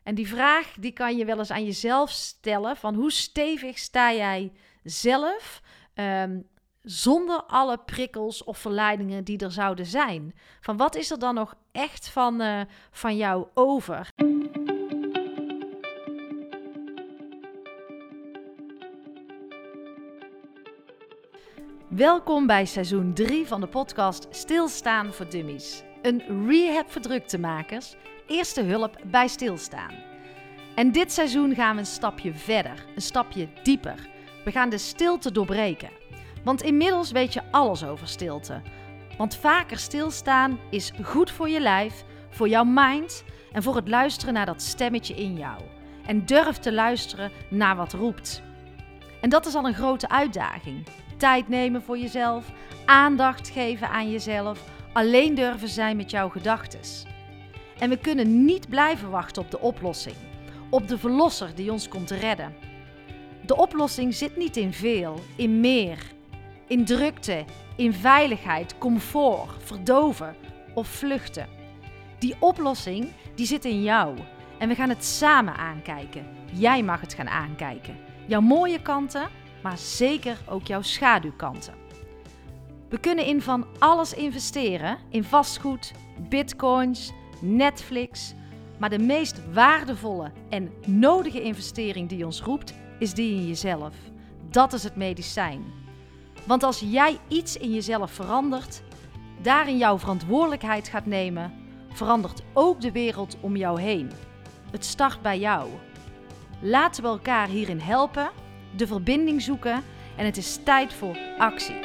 En die vraag die kan je wel eens aan jezelf stellen van hoe stevig sta jij zelf zonder alle prikkels of verleidingen die er zouden zijn. Van wat is er dan nog echt van jou over? Welkom bij seizoen 3 van de podcast Stilstaan voor Dummies. Een rehab voor druktemakers, eerste hulp bij stilstaan. En dit seizoen gaan we een stapje verder, een stapje dieper. We gaan de stilte doorbreken. Want inmiddels weet je alles over stilte. Want vaker stilstaan is goed voor je lijf, voor jouw mind en voor het luisteren naar dat stemmetje in jou. En durf te luisteren naar wat roept. En dat is al een grote uitdaging. Tijd nemen voor jezelf, aandacht geven aan jezelf, alleen durven zijn met jouw gedachtes. En we kunnen niet blijven wachten op de oplossing, op de verlosser die ons komt redden. De oplossing zit niet in veel, in meer, in drukte, in veiligheid, comfort, verdoven of vluchten. Die oplossing die zit in jou en we gaan het samen aankijken. Jij mag het gaan aankijken. Jouw mooie kanten, maar zeker ook jouw schaduwkanten. We kunnen in van alles investeren, in vastgoed, bitcoins, Netflix. Maar de meest waardevolle en nodige investering die ons roept, is die in jezelf. Dat is het medicijn. Want als jij iets in jezelf verandert, daarin jouw verantwoordelijkheid gaat nemen, verandert ook de wereld om jou heen. Het start bij jou. Laten we elkaar hierin helpen, de verbinding zoeken en het is tijd voor actie.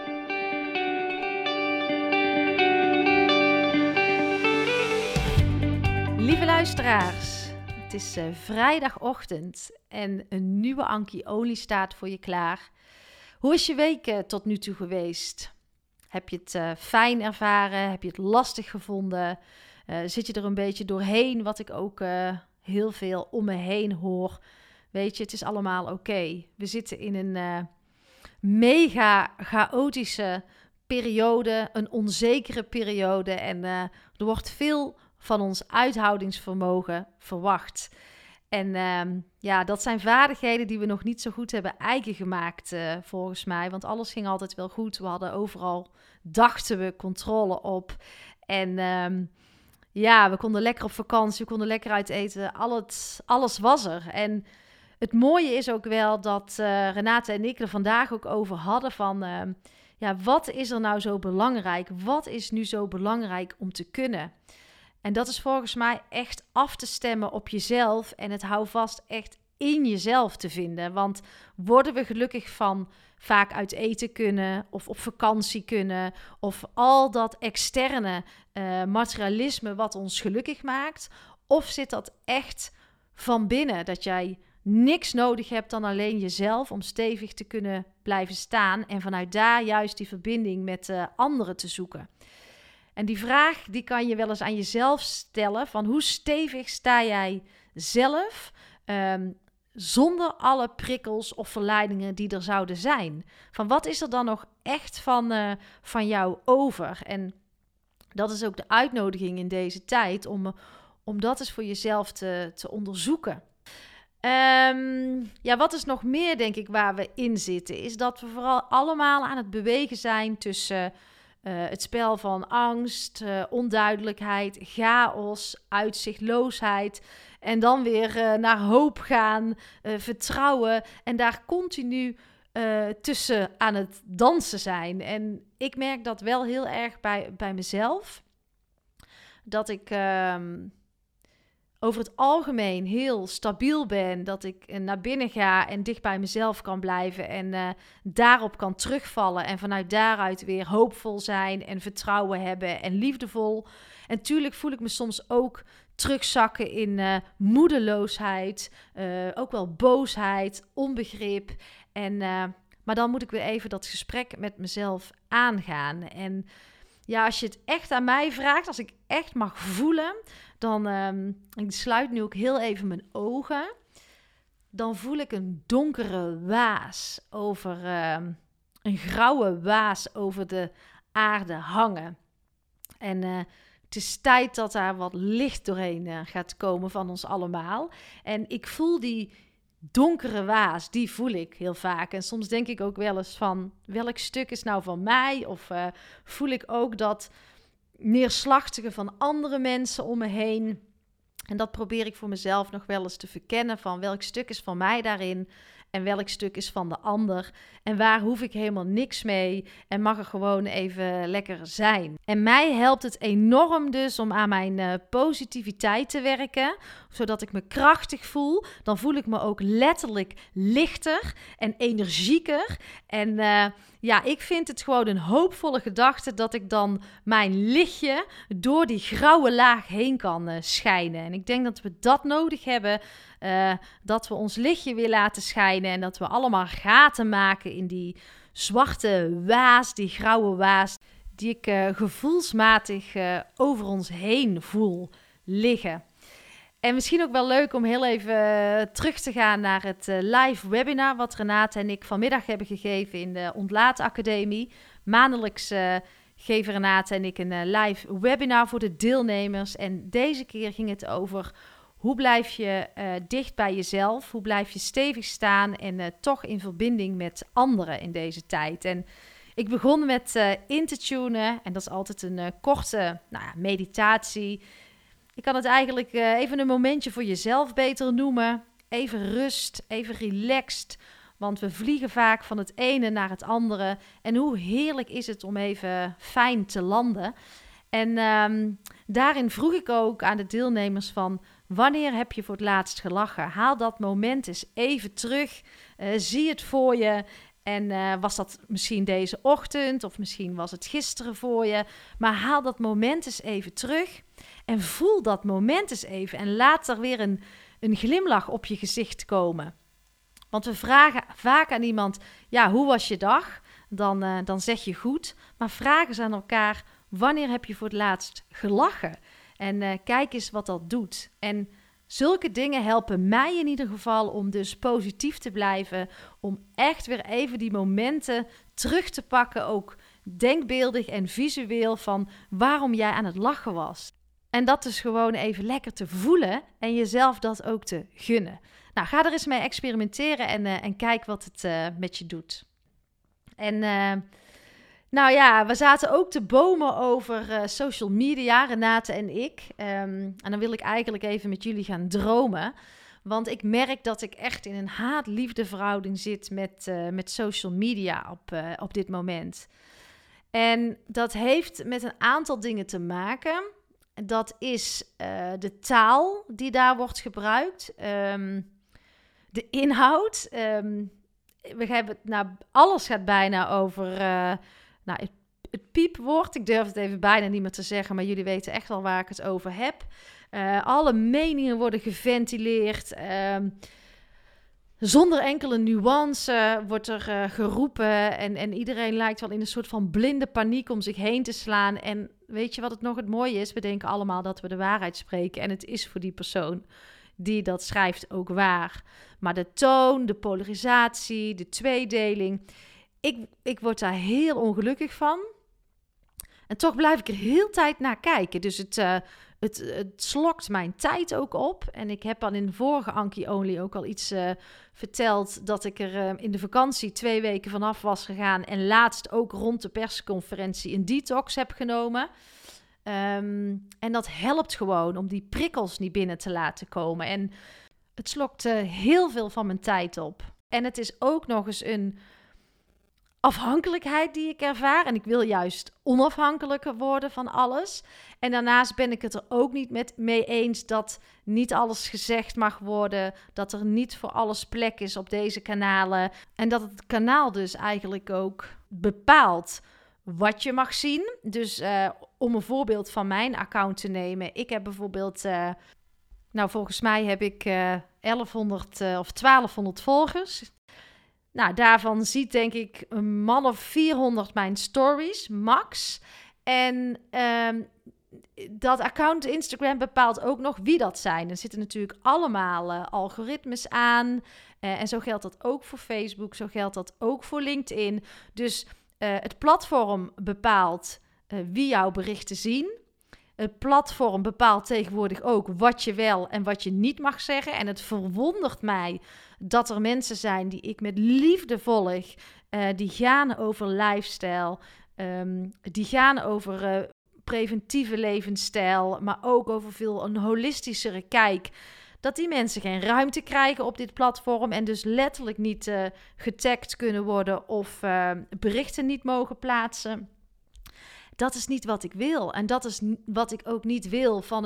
Lieve luisteraars, het is vrijdagochtend en een nieuwe Ankie Olie staat voor je klaar. Hoe is je week tot nu toe geweest? Heb je het fijn ervaren? Heb je het lastig gevonden? Zit je er een beetje doorheen, wat ik ook heel veel om me heen hoor? Weet je, het is allemaal oké. We zitten in een mega chaotische periode, een onzekere periode. En er wordt veel van ons uithoudingsvermogen verwacht. En dat zijn vaardigheden die we nog niet zo goed hebben eigen gemaakt, volgens mij. Want alles ging altijd wel goed. We hadden overal, dachten we, controle op. En we konden lekker op vakantie, we konden lekker uit eten. Alles was er. En het mooie is ook wel dat Renate en ik er vandaag ook over hadden van... wat is er nou zo belangrijk? Wat is nu zo belangrijk om te kunnen? En dat is volgens mij echt af te stemmen op jezelf en het houvast echt in jezelf te vinden. Want worden we gelukkig van vaak uit eten kunnen of op vakantie kunnen of al dat externe materialisme wat ons gelukkig maakt? Of zit dat echt van binnen, dat jij niks nodig hebt dan alleen jezelf om stevig te kunnen blijven staan en vanuit daar juist die verbinding met anderen te zoeken? En die vraag die kan je wel eens aan jezelf stellen van hoe stevig sta jij zelf zonder alle prikkels of verleidingen die er zouden zijn. Van wat is er dan nog echt van jou over? En dat is ook de uitnodiging in deze tijd om dat eens voor jezelf te onderzoeken. Wat is nog meer, denk ik, waar we in zitten, is dat we vooral allemaal aan het bewegen zijn tussen het spel van angst, onduidelijkheid, chaos, uitzichtloosheid en dan weer naar hoop gaan, vertrouwen en daar continu tussen aan het dansen zijn. En ik merk dat wel heel erg bij mezelf, dat ik over het algemeen heel stabiel ben, dat ik naar binnen ga en dicht bij mezelf kan blijven en daarop kan terugvallen en vanuit daaruit weer hoopvol zijn en vertrouwen hebben en liefdevol. En tuurlijk voel ik me soms ook terugzakken in moedeloosheid, ook wel boosheid, onbegrip. Maar dan moet ik weer even dat gesprek met mezelf aangaan. En ja, als je het echt aan mij vraagt, als ik echt mag voelen, dan, ik sluit nu ook heel even mijn ogen, dan voel ik een donkere waas over, een grauwe waas over de aarde hangen. En het Het is tijd dat daar wat licht doorheen gaat komen van ons allemaal. En ik voel die donkere waas, die voel ik heel vaak. En soms denk ik ook wel eens van, welk stuk is nou van mij? Of voel ik ook dat neerslachtige van andere mensen om me heen? En dat probeer ik voor mezelf nog wel eens te verkennen van welk stuk is van mij daarin en welk stuk is van de ander. En waar hoef ik helemaal niks mee en mag er gewoon even lekker zijn. En mij helpt het enorm dus om aan mijn positiviteit te werken, zodat ik me krachtig voel. Dan voel ik me ook letterlijk lichter en energieker. En ja, ik vind het gewoon een hoopvolle gedachte dat ik dan mijn lichtje door die grauwe laag heen kan schijnen. En ik denk dat we dat nodig hebben, dat we ons lichtje weer laten schijnen en dat we allemaal gaten maken in die zwarte waas, die grauwe waas, die ik gevoelsmatig over ons heen voel liggen. En misschien ook wel leuk om heel even terug te gaan naar het live webinar wat Renate en ik vanmiddag hebben gegeven in de Ontlaat Academie. Maandelijks geven Renate en ik een live webinar voor de deelnemers. En deze keer ging het over hoe blijf je dicht bij jezelf, hoe blijf je stevig staan en toch in verbinding met anderen in deze tijd. En ik begon met in te tunen en dat is altijd een korte meditatie. Je kan het eigenlijk even een momentje voor jezelf beter noemen. Even rust, even relaxed. Want we vliegen vaak van het ene naar het andere. En hoe heerlijk is het om even fijn te landen. En daarin vroeg ik ook aan de deelnemers van, wanneer heb je voor het laatst gelachen? Haal dat moment eens even terug. Zie het voor je. En was dat misschien deze ochtend of misschien was het gisteren voor je. Maar haal dat moment eens even terug. En voel dat moment eens even. En laat er weer een glimlach op je gezicht komen. Want we vragen vaak aan iemand, ja, hoe was je dag? Dan zeg je goed. Maar vraag eens aan elkaar, wanneer heb je voor het laatst gelachen? En kijk eens wat dat doet. En zulke dingen helpen mij in ieder geval om dus positief te blijven. Om echt weer even die momenten terug te pakken. Ook denkbeeldig en visueel van waarom jij aan het lachen was. En dat dus gewoon even lekker te voelen en jezelf dat ook te gunnen. Nou, ga er eens mee experimenteren en kijk wat het met je doet. En nou ja, we zaten ook te bomen over social media, Renate en ik. En dan wil ik eigenlijk even met jullie gaan dromen. Want ik merk dat ik echt in een haat-liefde verhouding zit met social media op dit moment. En dat heeft met een aantal dingen te maken. Dat is de taal die daar wordt gebruikt. De inhoud. We hebben alles gaat bijna over het piepwoord. Ik durf het even bijna niet meer te zeggen, maar jullie weten echt wel waar ik het over heb. Alle meningen worden geventileerd. Zonder enkele nuance wordt er geroepen en iedereen lijkt wel in een soort van blinde paniek om zich heen te slaan. En weet je wat het mooie is? We denken allemaal dat we de waarheid spreken en het is voor die persoon die dat schrijft ook waar. Maar de toon, de polarisatie, de tweedeling, ik word daar heel ongelukkig van. En toch blijf ik er heel tijd naar kijken. Dus het slokt mijn tijd ook op. En ik heb al in de vorige Anki Only ook al iets verteld dat ik er in de vakantie 2 weken vanaf was gegaan. En laatst ook rond de persconferentie een detox heb genomen. En dat helpt gewoon om die prikkels niet binnen te laten komen. En het slokt heel veel van mijn tijd op. En het is ook nog eens een afhankelijkheid die ik ervaar. En ik wil juist onafhankelijker worden van alles. En daarnaast ben ik het er ook niet mee eens dat niet alles gezegd mag worden. Dat er niet voor alles plek is op deze kanalen. En dat het kanaal dus eigenlijk ook bepaalt wat je mag zien. Dus om een voorbeeld van mijn account te nemen. Ik heb bijvoorbeeld, volgens mij heb ik 1100 of 1200 volgers. Nou, daarvan ziet denk ik een man of 400 mijn stories, max. En dat account Instagram bepaalt ook nog wie dat zijn. Er zitten natuurlijk allemaal algoritmes aan. En zo geldt dat ook voor Facebook, zo geldt dat ook voor LinkedIn. Dus het platform bepaalt wie jouw berichten zien. Het platform bepaalt tegenwoordig ook wat je wel en wat je niet mag zeggen. En het verwondert mij dat er mensen zijn die ik met liefde volg. Die gaan over lifestyle, die gaan over preventieve levensstijl, maar ook over een holistischere kijk. Dat die mensen geen ruimte krijgen op dit platform en dus letterlijk niet getagd kunnen worden of berichten niet mogen plaatsen. Dat is niet wat ik wil. En dat is wat ik ook niet wil van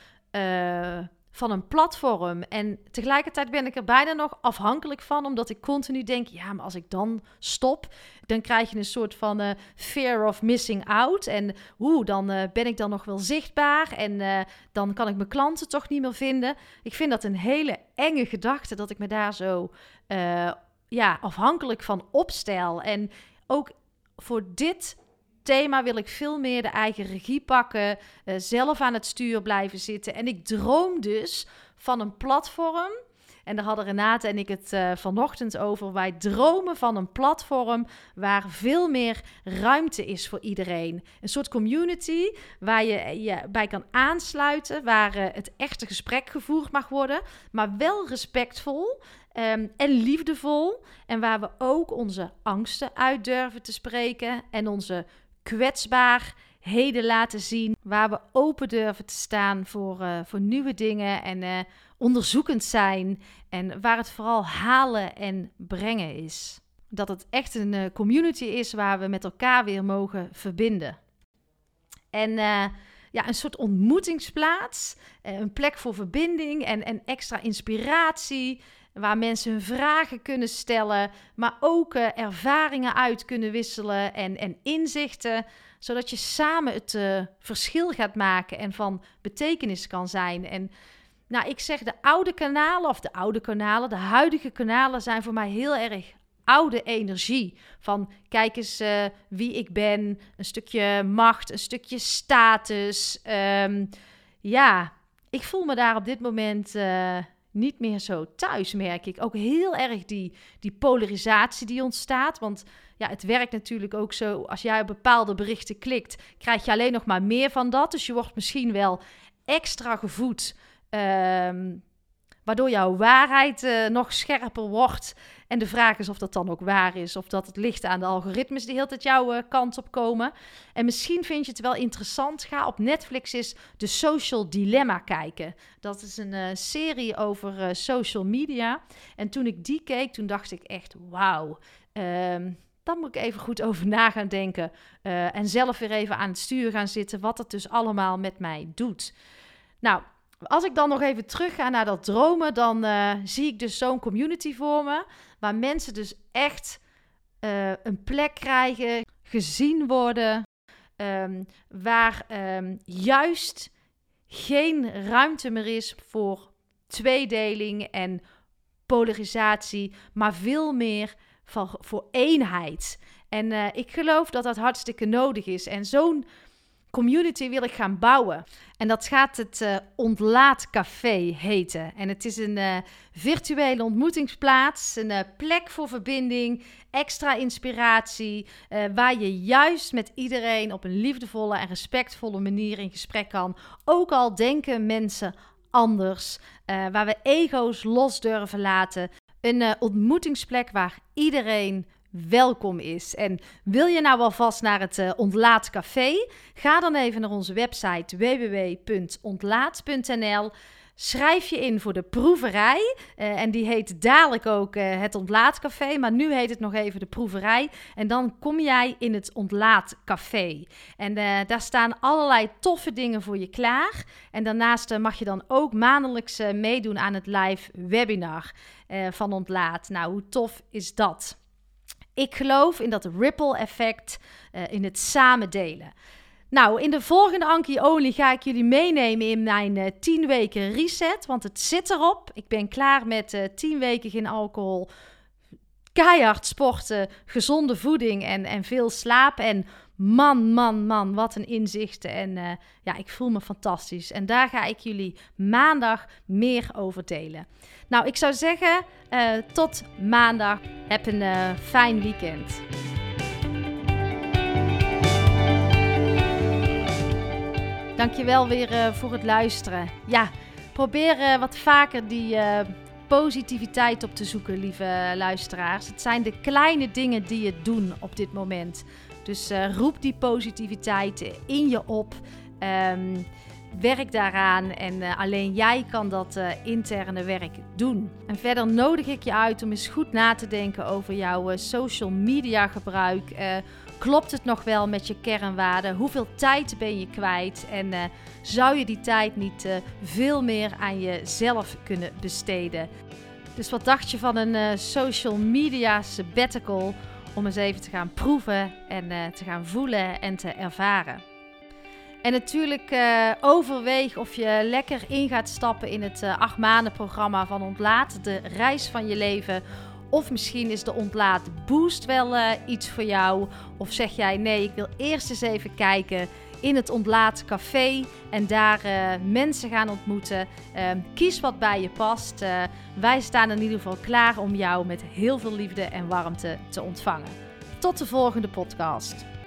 een platform. En tegelijkertijd ben ik er bijna nog afhankelijk van, omdat ik continu denk, ja, maar als ik dan stop, dan krijg je een soort van fear of missing out. En dan ben ik dan nog wel zichtbaar en dan kan ik mijn klanten toch niet meer vinden. Ik vind dat een hele enge gedachte, dat ik me daar zo afhankelijk van opstel. En ook voor dit thema wil ik veel meer de eigen regie pakken, zelf aan het stuur blijven zitten. En ik droom dus van een platform, en daar hadden Renate en ik het vanochtend over. Wij dromen van een platform waar veel meer ruimte is voor iedereen. Een soort community waar je je bij kan aansluiten, waar het echte gesprek gevoerd mag worden, maar wel respectvol en liefdevol. En waar we ook onze angsten uit durven te spreken en onze kwetsbaarheden laten zien, waar we open durven te staan voor nieuwe dingen en onderzoekend zijn en waar het vooral halen en brengen is. Dat het echt een community is waar we met elkaar weer mogen verbinden. En een soort ontmoetingsplaats, een plek voor verbinding en extra inspiratie, waar mensen hun vragen kunnen stellen, maar ook ervaringen uit kunnen wisselen en inzichten, zodat je samen het verschil gaat maken en van betekenis kan zijn. En ik zeg de huidige kanalen zijn voor mij heel erg oude energie. Van kijk eens wie ik ben, een stukje macht, een stukje status. Ik voel me daar op dit moment niet meer zo thuis, merk ik. Ook heel erg die polarisatie die ontstaat. Want het werkt natuurlijk ook zo. Als jij op bepaalde berichten klikt, krijg je alleen nog maar meer van dat. Dus je wordt misschien wel extra gevoed, waardoor jouw waarheid nog scherper wordt. En de vraag is of dat dan ook waar is, of dat het ligt aan de algoritmes die heel tijd jouw kant op komen. En misschien vind je het wel interessant. Ga op Netflix eens The Social Dilemma kijken. Dat is een serie over social media. En toen ik die keek, toen dacht ik echt, wauw. Dan moet ik even goed over na gaan denken. En zelf weer even aan het stuur gaan zitten, wat het dus allemaal met mij doet. Nou, als ik dan nog even terug ga naar dat dromen, dan zie ik dus zo'n community voor me, waar mensen dus echt een plek krijgen, gezien worden, waar juist geen ruimte meer is voor tweedeling en polarisatie, maar veel meer voor eenheid. En ik geloof dat dat hartstikke nodig is. En zo'n community wil ik gaan bouwen. En dat gaat het Ontlaatcafé heten. En het is een virtuele ontmoetingsplaats, een plek voor verbinding, extra inspiratie, waar je juist met iedereen op een liefdevolle en respectvolle manier in gesprek kan. Ook al denken mensen anders, waar we ego's los durven laten. Een ontmoetingsplek waar iedereen welkom is. En wil je nou alvast naar het Ontlaatcafé? Ga dan even naar onze website www.ontlaat.nl. Schrijf je in voor de proeverij. En die heet dadelijk ook het Ontlaatcafé. Maar nu heet het nog even de proeverij. En dan kom jij in het Ontlaatcafé. En daar staan allerlei toffe dingen voor je klaar. En daarnaast mag je dan ook maandelijks meedoen aan het live webinar van Ontlaat. Nou, hoe tof is dat? Ik geloof in dat ripple effect, in het samen delen. Nou, in de volgende Anki Only ga ik jullie meenemen in mijn 10 weken reset, want het zit erop. Ik ben klaar met 10 weken geen alcohol, keihard sporten, gezonde voeding en veel slaap. En man, wat een inzichten. En ik voel me fantastisch. En daar ga ik jullie maandag meer over delen. Nou, ik zou zeggen, tot maandag. Heb een fijn weekend. Dankjewel weer voor het luisteren. Ja, probeer wat vaker die positiviteit op te zoeken, lieve luisteraars. Het zijn de kleine dingen die je doen op dit moment. Dus roep die positiviteit in je op. Werk daaraan en alleen jij kan dat interne werk doen. En verder nodig ik je uit om eens goed na te denken over jouw social media gebruik. Klopt het nog wel met je kernwaarden? Hoeveel tijd ben je kwijt? En zou je die tijd niet veel meer aan jezelf kunnen besteden? Dus wat dacht je van een social media sabbatical om eens even te gaan proeven en te gaan voelen en te ervaren? En natuurlijk overweeg of je lekker in gaat stappen in het 8 maanden programma van Ontlaat, de reis van je leven. Of misschien is de Ontlaat Boost wel iets voor jou. Of zeg jij nee, ik wil eerst eens even kijken in het Ontlaat Café en daar mensen gaan ontmoeten. Kies wat bij je past. Wij staan in ieder geval klaar om jou met heel veel liefde en warmte te ontvangen. Tot de volgende podcast.